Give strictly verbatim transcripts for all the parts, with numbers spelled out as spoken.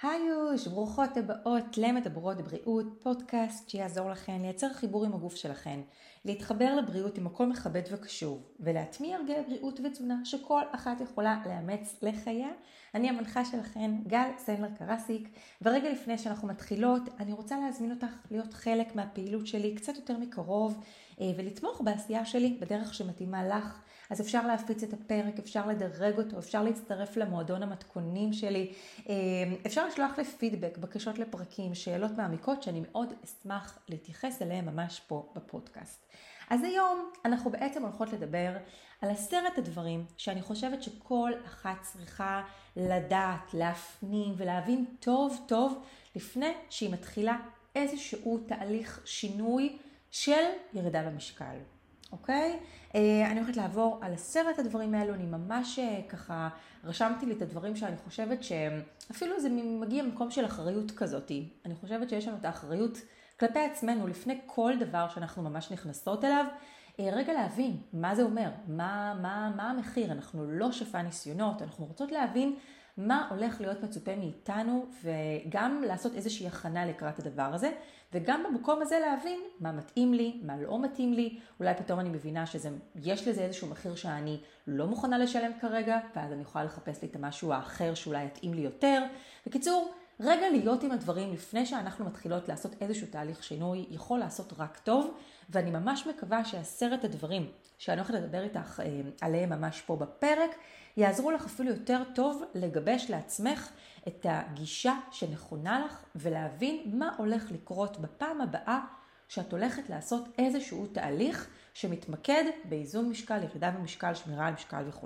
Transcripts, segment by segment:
היוש, ברוכות הבאות למדברות בריאות, פודקאסט שיעזור לכן לייצר חיבור עם הגוף שלכן, להתחבר לבריאות עם הכל מכבד וקשוב, ולהטמיע הרגלי בריאות ותזונה שכל אחת יכולה לאמץ לחייה. אני המנחה שלכן, גל סנדלר קרסיק, ורגע לפני שאנחנו מתחילות, אני רוצה להזמין אותך להיות חלק מהפעילות שלי קצת יותר מקרוב, ולתמוך בעשייה שלי בדרך שמתאימה לך. אז אפשר להפיץ את הפרק, אפשר לדרג אותו, אפשר להצטרף למועדון המתכונים שלי, אפשר לשלוח לי פידבק, בקשות לפרקים, שאלות מעמיקות שאני מאוד אשמח להתייחס אליהם ממש פה בפודקאסט. אז היום אנחנו בעצם הולכות לדבר על עשרת הדברים שאני חושבת שכל אחת צריכה לדעת, להפנים ולהבין טוב טוב לפני שהיא מתחילה איזשהו תהליך שינוי של ירידה במשקל. אוקיי? אני הולכת לעבור על עשרת הדברים האלו, אני ממש ככה רשמתי לי את הדברים שאני חושבת שאפילו זה מגיע ממקום של אחריות כזאת. אני חושבת שיש לנו את האחריות כלפי עצמנו לפני כל דבר שאנחנו ממש נכנסות אליו. רגע להבין מה זה אומר, מה, מה, מה המחיר, אנחנו לא שפה ניסיונות, אנחנו רוצות להבין מה הולך להיות מצופה מאיתנו וגם לעשות איזושהי הכנה לקראת הדבר הזה, וגם במקום הזה להבין מה מתאים לי, מה לא מתאים לי, אולי פתאום אני מבינה שיש לזה איזשהו מחיר שאני לא מוכנה לשלם כרגע, ואז אני יכולה לחפש לי את המשהו האחר שאולי יתאים לי יותר. בקיצור, רגע להיות עם הדברים לפני שאנחנו מתחילות לעשות איזשהו תהליך שינוי, יכול לעשות רק טוב, ואני ממש מקווה שעשרת הדברים שאני הולכת לדבר איתך עליהם ממש פה בפרק, יעזרו לך אפילו יותר טוב לגבש לעצמך את הגישה שנכונה לך, ולהבין מה הולך לקרות בפעם הבאה שאת הולכת לעשות איזשהו תהליך שמתמקד באיזון משקל, ירידה במשקל, שמירה על משקל וכו'.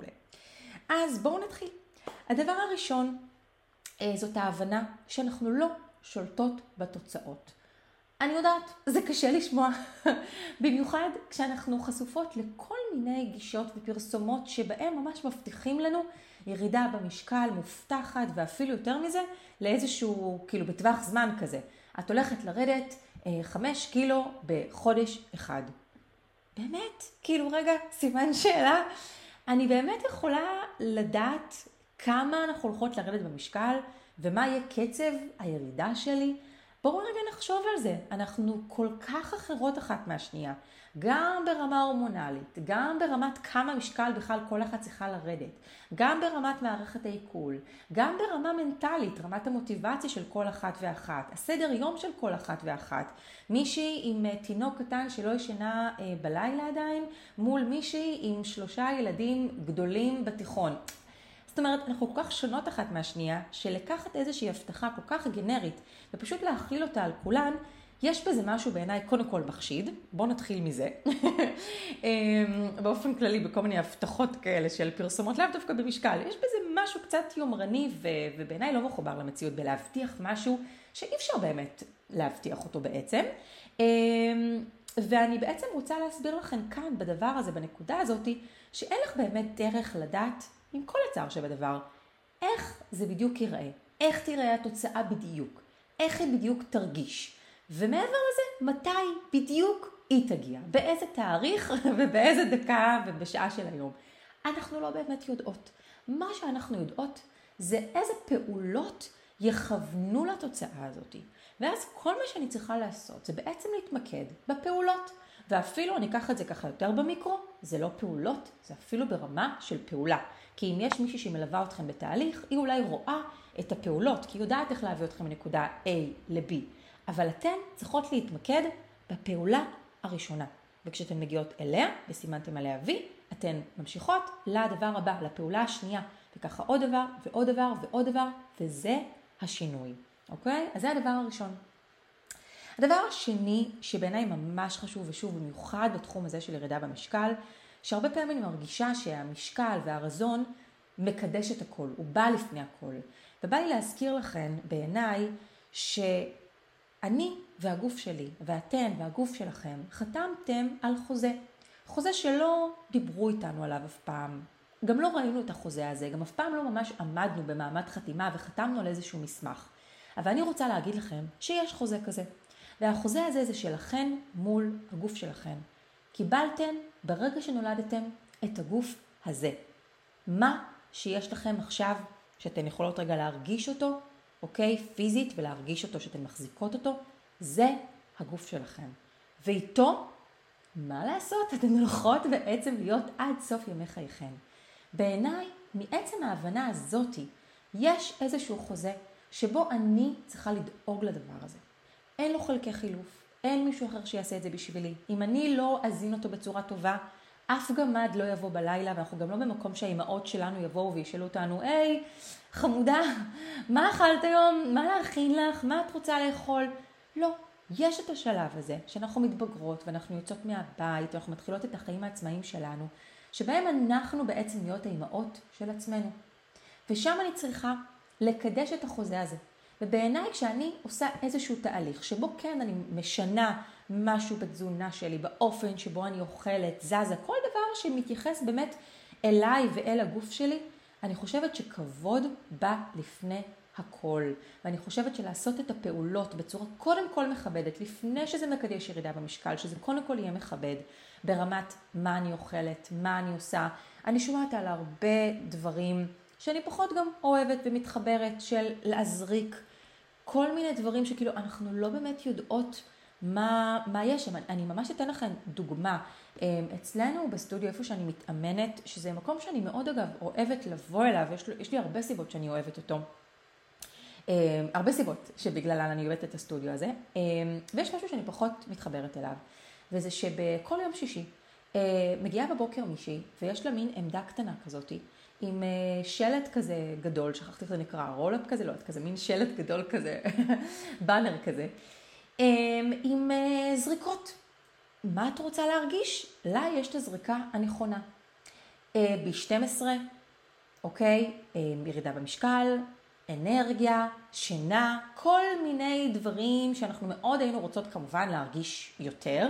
אז בואו נתחיל. הדבר הראשון זאת ההבנה שאנחנו לא שולטות בתוצאות. אני יודעת, זה קשה לשמוע, במיוחד כשאנחנו חשופות לכל מיני גישות ופרסומות שבהם ממש מבטיחים לנו ירידה במשקל מובטחת, ואפילו יותר מזה, לאיזשהו, כאילו בטווח זמן כזה. את הולכת לרדת אה, חמש קילו בחודש אחד. באמת? כאילו רגע, סימן שאלה. אני באמת יכולה לדעת כמה אנחנו הולכות לרדת במשקל, ומה יהיה קצב הירידה שלי? בואו רגע נחשוב על זה. אנחנו כל כך אחרות אחת מהשנייה, גם ברמה הורמונלית, גם ברמת כמה משקל בכלל כל אחת צריכה לרדת, גם ברמת מערכת העיכול, גם ברמה מנטלית, רמת המוטיבציה של כל אחת ואחת, הסדר יום של כל אחת ואחת, מישהי עם תינוק קטן שלא ישנה בלילה עדיין, מול מישהי עם שלושה ילדים גדולים בתיכון. זאת אומרת, אנחנו כל כך שונות אחת מהשנייה, שלקחת איזושהי הבטחה כל כך גנרית, ופשוט להכליל אותה על כולן, יש בזה משהו בעיניי קודם כל מחשיד. בואו נתחיל מזה. באופן כללי, בכל מיני הבטחות כאלה של פרסומות, לאו דווקא במשקל, יש בזה משהו קצת יומרני, ו- ובעיניי לא מחובר למציאות, בלהבטיח משהו שאי אפשר באמת להבטיח אותו בעצם. ואני בעצם רוצה להסביר לכם כאן, בדבר הזה, בנקודה הזאת, שאין לך באמת דרך לדעת, עם כל הצער שבדבר, איך זה בדיוק ייראה, איך תיראה התוצאה בדיוק, איך היא בדיוק תרגיש, ומעבר לזה, מתי בדיוק היא תגיע, באיזה תאריך ובאיזה דקה ובשעה של היום. אנחנו לא באמת יודעות. מה שאנחנו יודעות זה איזה פעולות יכוונו לתוצאה הזאת. ואז כל מה שאני צריכה לעשות זה בעצם להתמקד בפעולות. ואפילו אני אקח את זה ככה יותר במיקרו, זה לא פעולות, זה אפילו ברמה של פעולה. כי אם יש מישהי שמלווה אתכם בתהליך, היא אולי רואה את הפעולות, כי היא יודעת איך להביא אתכם מנקודה A ל-B. אבל אתן צריכות להתמקד בפעולה הראשונה. וכשאתן מגיעות אליה, וסימנתם עליה V, אתן ממשיכות לדבר הבא, לפעולה השנייה. וככה עוד דבר ועוד דבר ועוד דבר, וזה השינוי. אוקיי? אז זה הדבר הראשון. הדבר השני שבעיניי ממש חשוב, ושוב במיוחד בתחום הזה של ירידה במשקל, שהרבה פעמים אני מרגישה שהמשקל והרזון מקדש את הכל, הוא בא לפני הכל. ובא לי להזכיר לכם בעיניי שאני והגוף שלי ואתן והגוף שלכם חתמתם על חוזה. חוזה שלא דיברו איתנו עליו אף פעם. גם לא ראינו את החוזה הזה, גם אף פעם לא ממש עמדנו במעמד חתימה וחתמנו על איזשהו מסמך. אבל אני רוצה להגיד לכם שיש חוזה כזה. והחוזה הזה זה שלכן מול הגוף שלכן. קיבלתן ברגע שנולדתם את הגוף הזה. מה שיש לכם עכשיו, שאתן יכולות רגע להרגיש אותו, אוקיי? פיזית, ולהרגיש אותו, שאתן מחזיקות אותו, זה הגוף שלכם. ואיתו, מה לעשות? אתן הולכות בעצם להיות עד סוף ימי חייכם. בעיניי, מעצם ההבנה הזאתי, יש איזשהו חוזה שבו אני צריכה לדאוג לדבר הזה. אין לו חלקי חילוף, אין מישהו אחר שיעשה את זה בשבילי. אם אני לא אזין אותו בצורה טובה, אף גמד לא יבוא בלילה, ואנחנו גם לא במקום שהאימהות שלנו יבואו וישאלו אותנו, היי, חמודה, מה אכלת היום? מה להכין לך? מה את רוצה לאכול? לא. יש את השלב הזה, שאנחנו מתבגרות ואנחנו יוצאות מהבית, ואנחנו מתחילות את החיים העצמאיים שלנו, שבהם אנחנו בעצם להיות האימהות של עצמנו. ושם אני צריכה לקדש את החוזה הזה. ובעיניי כשאני עושה איזשהו תהליך, שבו כן אני משנה משהו בתזונה שלי, באופן שבו אני אוכלת, זזה, כל דבר שמתייחס באמת אליי ואל הגוף שלי, אני חושבת שכבוד בא לפני הכל. ואני חושבת שלעשות את הפעולות בצורה קודם כל מכבדת, לפני שזה מקדש ירידה במשקל, שזה קודם כל יהיה מכבד, ברמת מה אני אוכלת, מה אני עושה. אני שומעת על הרבה דברים שאני פחות גם אוהבת ומתחברת, של להזריק כל מיני דברים שכאילו אנחנו לא באמת יודעות מה, מה יש שם. אני ממש אתן לכם דוגמה. אצלנו בסטודיו, איפה שאני מתאמנת, שזה מקום שאני מאוד אגב אוהבת לבוא אליו, יש, יש לי הרבה סיבות שאני אוהבת אותו. הרבה סיבות שבגללן אני אוהבת את הסטודיו הזה. ויש משהו שאני פחות מתחברת אליו, וזה שבכל יום שישי מגיעה בבוקר מישהי, ויש לה מין עמדה קטנה כזאת, עם שלט כזה גדול, שכחתי איך זה נקרא, רולאפ כזה, לא, כזה מין שלט גדול כזה, באנר כזה, עם זריקות. מה את רוצה להרגיש? לה יש את הזריקה הנכונה. בי שתים עשרה, אוקיי, ירידה במשקל, אנרגיה, שינה, כל מיני דברים שאנחנו מאוד היינו רוצות כמובן להרגיש יותר,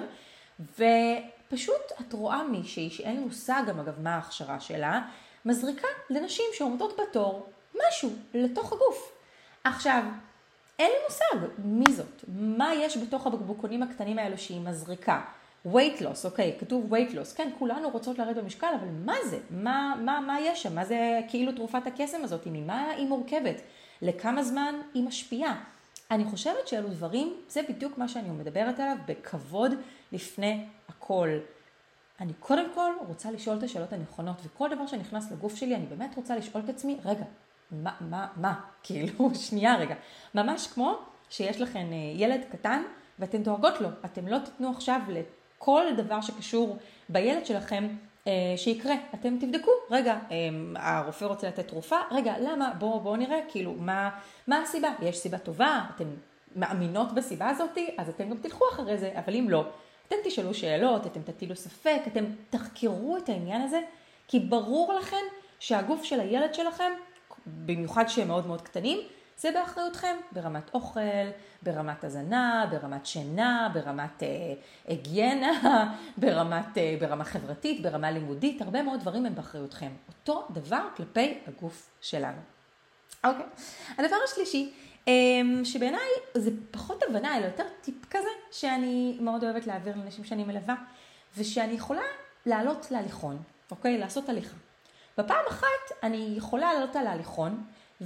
ופשוט את רואה מישהי שאין מושג גם אגב מה ההכשרה שלה, מזריקה לנשים שעומדות בתור משהו לתוך הגוף. עכשיו, אין לי מושג מי זאת, מה יש בתוך הבקבוקונים הקטנים האלו שהיא מזריקה. weight loss, אוקיי, כתוב weight loss, כן, כולנו רוצות לרדת במשקל, אבל מה זה? מה, מה, מה יש שם? מה זה כאילו תרופת הקסם הזאת? ממה היא מורכבת? לכמה זמן היא משפיעה? אני חושבת שאלו דברים, זה בדיוק מה שאני מדברת עליו, בכבוד לפני הכל. אני קודם כל רוצה לשאול את השאלות הנכונות, וכל דבר שנכנס לגוף שלי, אני באמת רוצה לשאול את עצמי, רגע, מה, מה, מה? כאילו, שנייה רגע. ממש כמו שיש לכם ילד קטן, ואתן דואגות לו. אתם לא תתנו עכשיו לכל דבר שקשור בילד שלכם שיקרה. אתם תבדקו, רגע, הרופא רוצה לתת תרופה, רגע, למה? בואו בוא נראה, כאילו, מה, מה הסיבה? יש סיבה טובה? אתן מאמינות בסיבה הזאת? אז אתם גם תלכו אחרי זה, אבל אם לא, אתם תשאלו שאלות, אתם תטילו ספק, אתם תחקרו את העניין הזה, כי ברור לכם שהגוף של הילד שלכם, במיוחד שהם מאוד מאוד קטנים, זה באחריותכם, ברמת אוכל, ברמת הזנה, ברמת שינה, ברמת אה, היגיינה, ברמת, אה, ברמה חברתית, ברמה לימודית, הרבה מאוד דברים הם באחריותכם. אותו דבר כלפי הגוף שלנו. אוקיי. הדבר השלישי, אה, שבעיניי זה פחות הבנה, אלא יותר טיפ כזה, שאני מאוד אוהבת להעביר לאנשים שאני מלווה, ושאני יכולה לעלות להליכון, אוקיי? לעשות הליכה. בפעם אחת אני יכולה לעלות על ההליכון,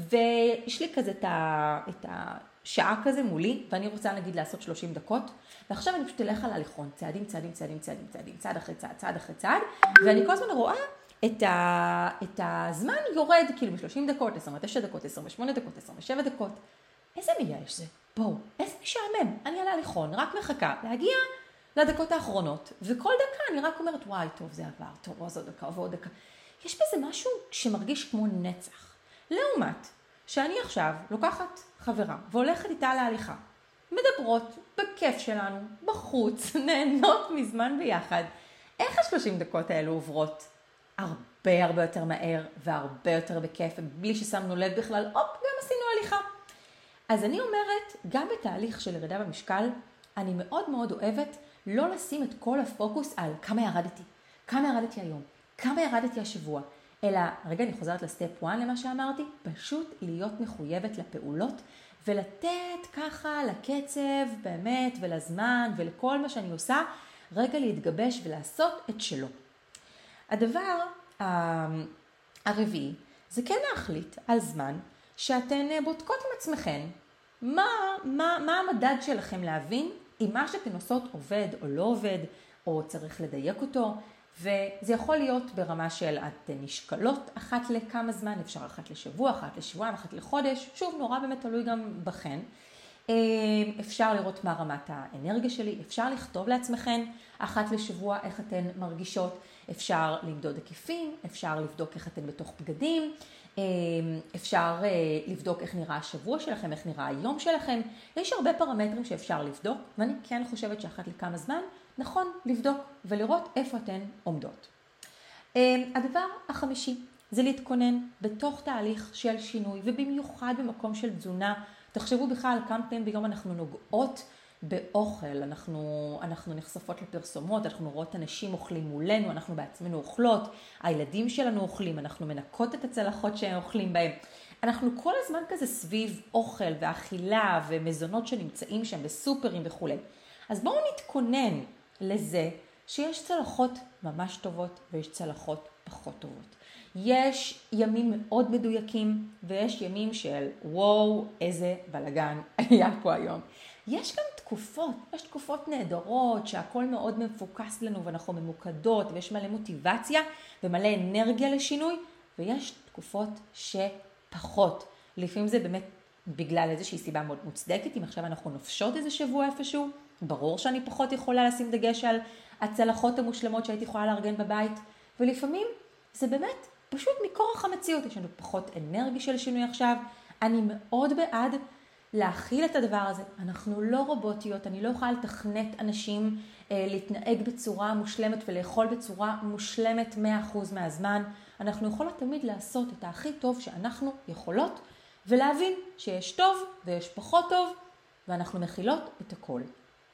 ויש לי כזה את השעה כזה מולי, ואני רוצה נגיד לעשות שלושים דקות, ועכשיו אני פשוט אלך על ההליכון, צעדים, צעדים, צעדים, צעדים, צעדים, צעד אחרי צעד, צעד אחרי צעד, ואני כל הזמן רואה את, ה, את הזמן יורד, כאילו ב-שלושים דקות, עשרים ותשע דקות, עשרים ושמונה דקות, עשרים ושבע דקות. איזה מילה יש זה? בואו, איזה משעמם. אני על ההליכון, רק מחכה להגיע לדקות האחרונות, וכל דקה אני רק אומרת, וואי, טוב, זה עבר, טוב, עוד דקה, ועוד דקה. יש בזה משהו שמרגיש כמו נצח. לעומת שאני עכשיו לוקחת חברה והולכת איתה להליכה, מדברות בכיף שלנו, בחוץ, נהנות מזמן ביחד. איך השלושים דקות האלו עוברות? הרבה הרבה יותר מהר והרבה יותר בכיף, בלי ששמנו לב בכלל, אופ, גם עשינו הליכה. אז אני אומרת, גם בתהליך של ירידה במשקל, אני מאוד מאוד אוהבת לא לשים את כל הפוקוס על כמה ירדתי, כמה ירדתי היום, כמה ירדתי השבוע, אלא, רגע, אני חוזרת לסטפ אחת למה שאמרתי, פשוט להיות מחויבת לפעולות, ולתת ככה לקצב באמת, ולזמן, ולכל מה שאני עושה, רגע להתגבש ולעשות את שלו. הדבר הרביעי, זה כן להחליט על זמן, שאתן בודקות עם עצמכן. מה, מה, מה המדד שלכם להבין אם מה שאתן עושות עובד או לא עובד, או צריך לדייק אותו, וזה יכול להיות ברמה של את נשקלות אחת לכמה זמן, אפשר אחת לשבוע, אחת לשבועיים, אחת לחודש, שוב נורא באמת תלוי גם בכן. אפשר לראות מה רמת האנרגיה שלי, אפשר לכתוב לעצמכן אחת לשבוע איך אתן מרגישות, אפשר למדוד היקפים, אפשר לבדוק איך אתן בתוך בגדים, אפשר לבדוק איך נראה השבוע שלכם, איך נראה היום שלכם. יש הרבה פרמטרים שאפשר לבדוק, ואני כן חושבת שאחת לכמה זמן נכון לבדוק ולראות איפה אתן עומדות. הדבר החמישי זה להתכונן בתוך תהליך של שינוי, ובמיוחד במקום של תזונה. תחשבו בכלל כמה פעמים ביום אנחנו נוגעות באוכל, אנחנו, אנחנו נחשפות לפרסומות, אנחנו רואות אנשים אוכלים מולנו, אנחנו בעצמנו אוכלות, הילדים שלנו אוכלים, אנחנו מנקות את הצלחות שהם אוכלים בהם. אנחנו כל הזמן כזה סביב אוכל ואכילה ומזונות שנמצאים שם בסופרים וכו'. אז בואו נתכונן לזה שיש צלחות ממש טובות ויש צלחות פחות טובות. יש ימים מאוד מדויקים ויש ימים של וואו, איזה בלגן היה פה היום. יש גם תקופות, יש תקופות נהדרות שהכל מאוד מפוקס לנו ואנחנו ממוקדות ויש מלא מוטיבציה ומלא אנרגיה לשינוי, ויש תקופות שפחות. לפעמים זה באמת בגלל איזושהי סיבה מאוד מוצדקת, אם עכשיו אנחנו נופשות איזה שבוע איפשהו, ברור שאני פחות יכולה לשים דגש על הצלחות המושלמות שהייתי יכולה לארגן בבית, ולפעמים זה באמת פשוט מכורח המציאות, יש לנו פחות אנרגיה של שינוי עכשיו. אני מאוד בעד להכיל את הדבר הזה. אנחנו לא רובוטיות, אני לא יכולה לתכנת אנשים אה, להתנהג בצורה מושלמת ולאכול בצורה מושלמת מאה אחוז מהזמן. אנחנו יכולות תמיד לעשות את הכי טוב שאנחנו יכולות, ולהבין שיש טוב ויש פחות טוב, ואנחנו מכילות את הכל.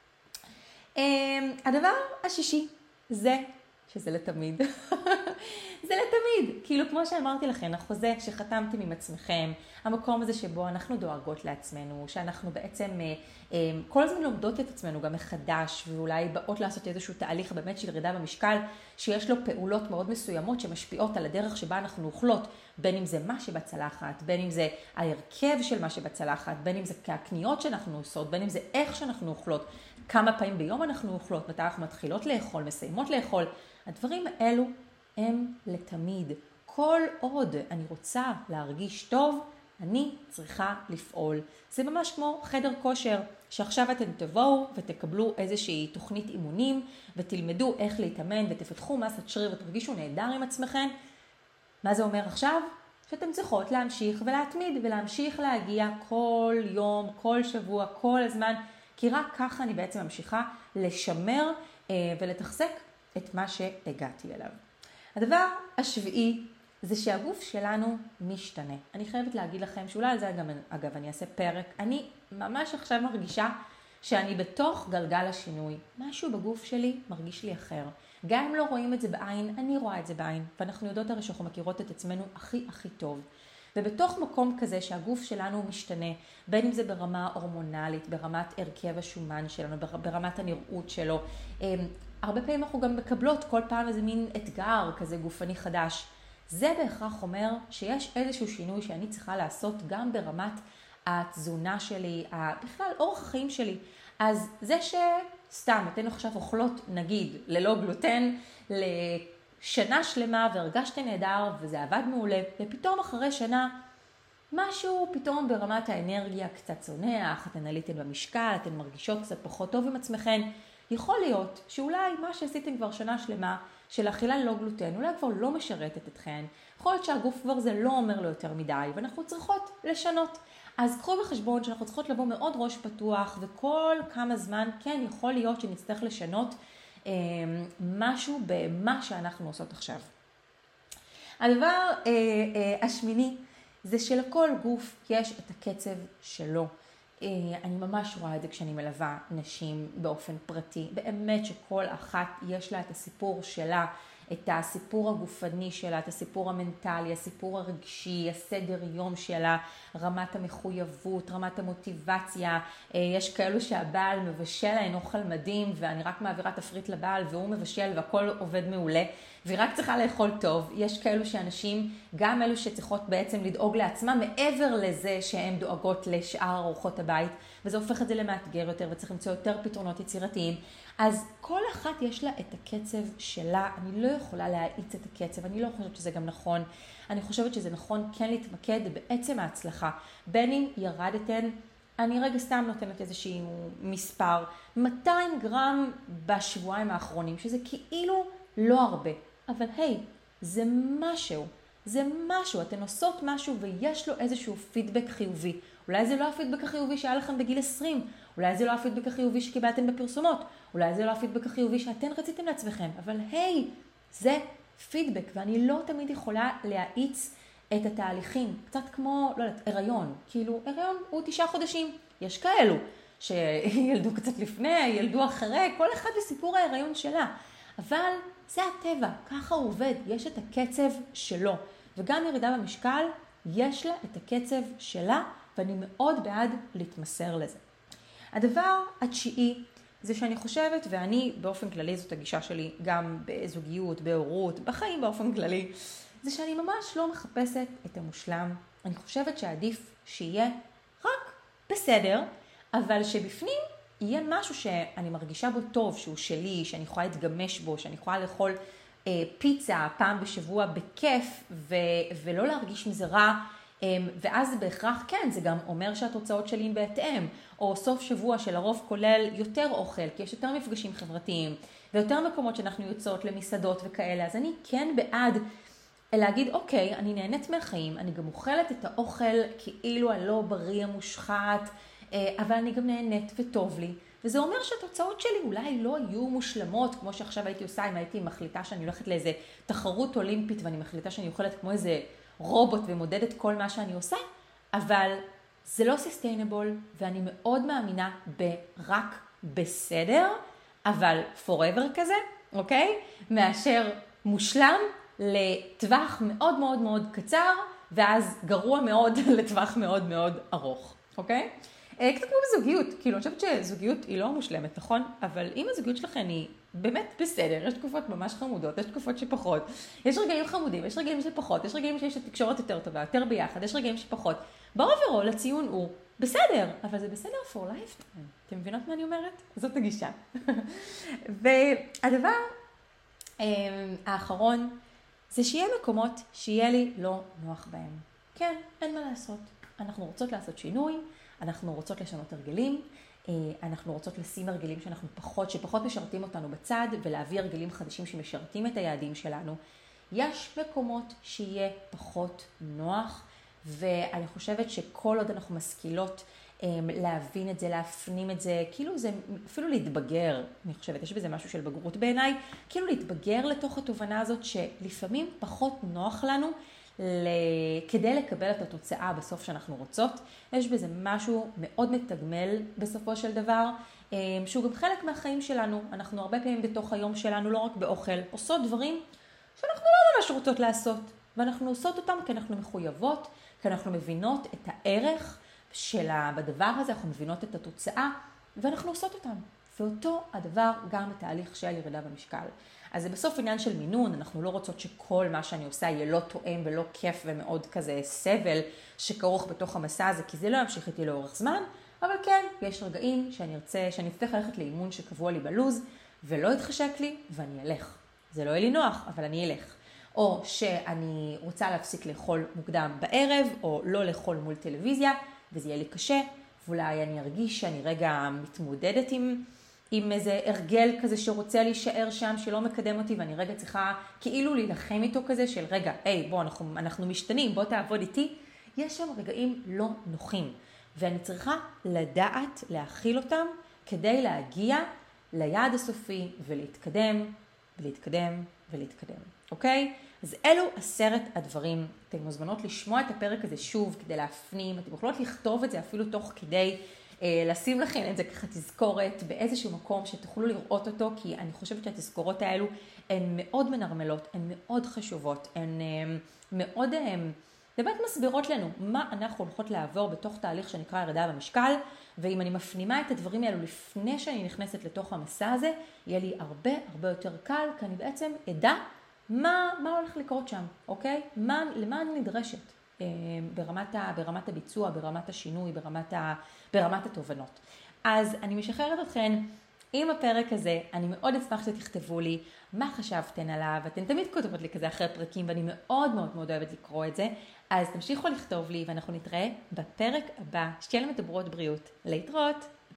אה, הדבר השישי זה שזה לתמיד. זה לתמיד. כאילו כמו שאמרתי לכם, החוזה שחתמתם עם עצמכם, המקום הזה שבו אנחנו דואגות לעצמנו, שאנחנו בעצם כל הזמן לומדות את עצמנו גם מחדש, ואולי באות לעשות איזשהו תהליך באמת של ירידה במשקל, שיש לו פעולות מאוד מסוימות שמשפיעות על הדרך שבה אנחנו אוכלות, בין אם זה מה שבצלחת, בין אם זה ההרכב של מה שבצלחת, בין אם זה הקניות שאנחנו עושות, בין אם זה איך שאנחנו אוכלות, כמה פעמים ביום אנחנו אוכלות, מתי אנחנו מתחילות לאכול, מסיימות לאכול. הדברים האלו הם לתמיד. כל עוד אני רוצה להרגיש טוב, אני צריכה לפעול. זה ממש כמו חדר כושר, שעכשיו אתם תבואו ותקבלו איזושהי תוכנית אימונים, ותלמדו איך להתאמן ותפתחו מסת שריר ותרגישו נהדר עם עצמכם. מה זה אומר עכשיו? שאתם צריכות להמשיך ולהתמיד ולהמשיך להגיע כל יום, כל שבוע, כל הזמן, כי רק ככה אני בעצם ממשיכה לשמר אה, ולתחזק את מה שהגעתי אליו. הדבר השביעי זה שהגוף שלנו משתנה. אני חייבת להגיד לכם שאולי על זה גם, אגב, אני אעשה פרק. אני ממש עכשיו מרגישה שאני בתוך גלגל השינוי. משהו בגוף שלי מרגיש לי אחר. גם אם לא רואים את זה בעין, אני רואה את זה בעין. ואנחנו יודעות הרי שאנחנו מכירות את עצמנו הכי הכי טוב. ובתוך מקום כזה שהגוף שלנו משתנה, בין אם זה ברמה הורמונלית, ברמת הרכב השומן שלנו, ברמת הנראות שלו, הרבה פעמים אנחנו גם מקבלות כל פעם איזה מין אתגר כזה גופני חדש. זה בהכרח אומר שיש איזשהו שינוי שאני צריכה לעשות גם ברמת התזונה שלי, בכלל אורח החיים שלי. אז זה שסתם, אתן עכשיו אוכלות נגיד ללא גלוטן לשנה שלמה והרגשתי נהדר וזה עבד מעולה, ופתאום אחרי שנה משהו פתאום ברמת האנרגיה קצת צונח, אתן עליתן במשקל, אתן מרגישות קצת פחות טוב עם עצמכן. יכול להיות שאולי מה שעשיתם כבר שנה שלמה של אכילה ללא גלוטן, אולי כבר לא משרתת אתכן. יכול להיות שהגוף כבר זה לא אומר לו יותר מדי, ואנחנו צריכות לשנות. אז קחו בחשבון שאנחנו צריכות לבוא מאוד ראש פתוח, וכל כמה זמן כן יכול להיות שנצטרך לשנות אה, משהו במה שאנחנו עושות עכשיו. הדבר אה, אה, השמיני זה שלכל גוף יש את הקצב שלו. אני ממש רואה את זה כשאני מלווה נשים באופן פרטי. באמת שכל אחת יש לה את הסיפור שלה. את הסיפור הגופני שלה, את הסיפור המנטלי, הסיפור הרגשי, הסדר יום שלה, רמת המחויבות, רמת המוטיבציה. יש כאלו שהבעל מבשל להן אוכל מדהים ואני רק מעבירה תפריט לבעל והוא מבשל והכל עובד מעולה והיא רק צריכה לאכול טוב. יש כאלו שאנשים, גם אלו שצריכות בעצם לדאוג לעצמם מעבר לזה שהן דואגות לשאר ארוחות הבית, וזה הופך את זה למאתגר יותר וצריך למצוא יותר פתרונות יצירתיים. אז כל אחת יש לה את הקצב שלה, אני לא יכולה להאיץ את הקצב, אני לא חושבת שזה גם נכון. אני חושבת שזה נכון כן להתמקד בעצם ההצלחה. בין אם ירדתן, אני רגע סתם נותנת איזשהו מספר, מאתיים גרם בשבועיים האחרונים, שזה כאילו לא הרבה. אבל היי, זה משהו, זה משהו, אתן עושות משהו ויש לו איזשהו פידבק חיובי. אולי זה לא הפידבק החיובי שהיה לכם בגיל עשרים, אולי זה לא הפידבק החיובי שקיבלתם בפרסומות, אולי זה לא הפידבק החיובי שאתן רציתם לעצמכם, אבל היי, זה פידבק, ואני לא תמיד יכולה להאיץ את התהליכים, קצת כמו, לא יודעת, הריון, כאילו הריון הוא תשעה חודשים, יש כאלו שילדו קצת לפני, ילדו אחרי, כל אחד בסיפור ההריון שלה, אבל זה הטבע, ככה הוא עובד, יש את הקצב שלו, וגם ירידה במשקל, יש לה את הקצב שלה, ואני מאוד בעד להתמסר לזה. הדבר התשיעי, זה שאני חושבת, ואני באופן כללי, זאת הגישה שלי, גם בזוגיות, בהורות, בחיים באופן כללי, זה שאני ממש לא מחפשת את המושלם. אני חושבת שעדיף שיהיה רק בסדר, אבל שבפנים יהיה משהו שאני מרגישה בו טוב, שהוא שלי, שאני יכולה להתגמש בו, שאני יכולה לאכול אה, פיצה פעם בשבוע בכיף, ו- ולא להרגיש מזה רע, אה, ואז בהכרח כן, זה גם אומר שהתוצאות שלי בהתאם, או סוף שבוע שלרוב כולל יותר אוכל, כי יש יותר מפגשים חברתיים, ויותר מקומות שאנחנו יוצאות למסעדות וכאלה, אז אני כן בעד להגיד, אוקיי, אני נהנית מהחיים, אני גם אוכלת את האוכל כאילו הלא בריא המושחת, אבל אני גם נהנית וטוב לי. וזה אומר שהתוצאות שלי אולי לא יהיו מושלמות, כמו שעכשיו הייתי עושה, אם הייתי מחליטה שאני הולכת לאיזה תחרות אולימפית, ואני מחליטה שאני אוכלת כמו איזה רובוט ומודדת כל מה שאני עושה, אבל זה לא sustainable, ואני מאוד מאמינה ברק בסדר, אבל forever כזה, אוקיי? מאשר מושלם לטווח מאוד מאוד מאוד קצר, ואז גרוע מאוד לטווח מאוד מאוד ארוך, אוקיי? קצת כמו בזוגיות, כאילו אני חושבת שזוגיות היא לא מושלמת, נכון? אבל אם הזוגיות שלכם היא באמת בסדר, יש תקופות ממש חמודות, יש תקופות שפחות, יש רגעים חמודים, יש רגעים שפחות, יש רגעים שיש תקשורת יותר טובה, יותר ביחד, יש רגעים שפחות. באוברול הציון הוא בסדר, אבל זה בסדר for lifetime. אתם מבינות מה אני אומרת? זאת הגישה. והדבר האחרון זה שיהיה מקומות שיהיה לי לא נוח בהם. כן, אין מה לעשות. אנחנו רוצות לעשות שינוי, אנחנו רוצות לשנות הרגלים, אנחנו רוצות לשים הרגלים שאנחנו פחות, שפחות משרתים אותנו בצד, ולהביא הרגלים חדשים שמשרתים את היעדים שלנו. יש מקומות שיהיה פחות נוח, ואני חושבת שכל עוד אנחנו משכילות להבין את זה, להפנים את זה, כאילו זה אפילו להתבגר, אני חושבת, יש בזה משהו של בגרות בעיניי, כאילו להתבגר לתוך התובנה הזאת שלפעמים פחות נוח לנו, כדי לקבל את התוצאה בסוף שאנחנו רוצות. יש בזה משהו מאוד מתגמל בסופו של דבר, שהוא גם חלק מהחיים שלנו. אנחנו הרבה פעמים בתוך היום שלנו, לא רק באוכל, עושות דברים שאנחנו לא ממש רוצות לעשות. ואנחנו עושות אותם כי אנחנו מחויבות, כי אנחנו מבינות את הערך שלה בדבר הזה, אנחנו מבינות את התוצאה, ואנחנו עושות אותם. ואותו הדבר גם בתהליך של ירידה במשקל. אז זה בסוף עניין של מינון, אנחנו לא רוצות שכל מה שאני עושה יהיה לא תואם ולא כיף ומאוד כזה סבל שכרוך בתוך המסע הזה, כי זה לא ימשיך איתי לאורך זמן, אבל כן, יש רגעים שאני ארצה, שאני אצטרך ללכת לאימון שקבוע לי בלוז, ולא יתחשק לי, ואני אלך. זה לא יהיה לי נוח, אבל אני אלך. או שאני רוצה להפסיק לאכול מוקדם בערב, או לא לאכול מול טלוויזיה, וזה יהיה לי קשה, ואולי אני ארגיש שאני רגע מתמודדת עם... עם איזה הרגל כזה שרוצה להישאר שם, שלא מקדם אותי, ואני רגע צריכה כאילו להילחם איתו כזה של רגע, היי, בוא, אנחנו, אנחנו משתנים, בוא תעבוד איתי. יש שם רגעים לא נוחים, ואני צריכה לדעת להכיל אותם כדי להגיע ליעד הסופי ולהתקדם, ולהתקדם, ולהתקדם. אוקיי? אז אלו עשרת הדברים. אתן מוזמנות לשמוע את הפרק הזה שוב כדי להפנים, אתן יכולות לכתוב את זה אפילו תוך כדי לשים לכם את זה ככה תזכורת באיזשהו מקום שתוכלו לראות אותו, כי אני חושבת שהתזכורות האלו הן מאוד מנרמלות, הן מאוד חשובות, הן מאוד באמת מסבירות לנו מה אנחנו הולכות לעבור בתוך תהליך שנקרא ירידה במשקל, ואם אני מפנימה את הדברים האלו לפני שאני נכנסת לתוך המסע הזה, יהיה לי הרבה הרבה יותר קל, כי אני בעצם אדע מה, מה הולך לקרות שם, אוקיי? מה, למה אני נדרשת אה, ברמת, ה, ברמת הביצוע, ברמת השינוי, ברמת, ה, ברמת התובנות. אז אני משחררת אתכן עם הפרק הזה, אני מאוד אשמח שתכתבו לי מה חשבתן עליו, אתן תמיד כותבות לי כזה אחרי פרקים, ואני מאוד מאוד מאוד אוהבת לקרוא את זה, אז תמשיכו לכתוב לי, ואנחנו נתראה בפרק הבא. שתהיה לכם מדברות בריאות. להתראות!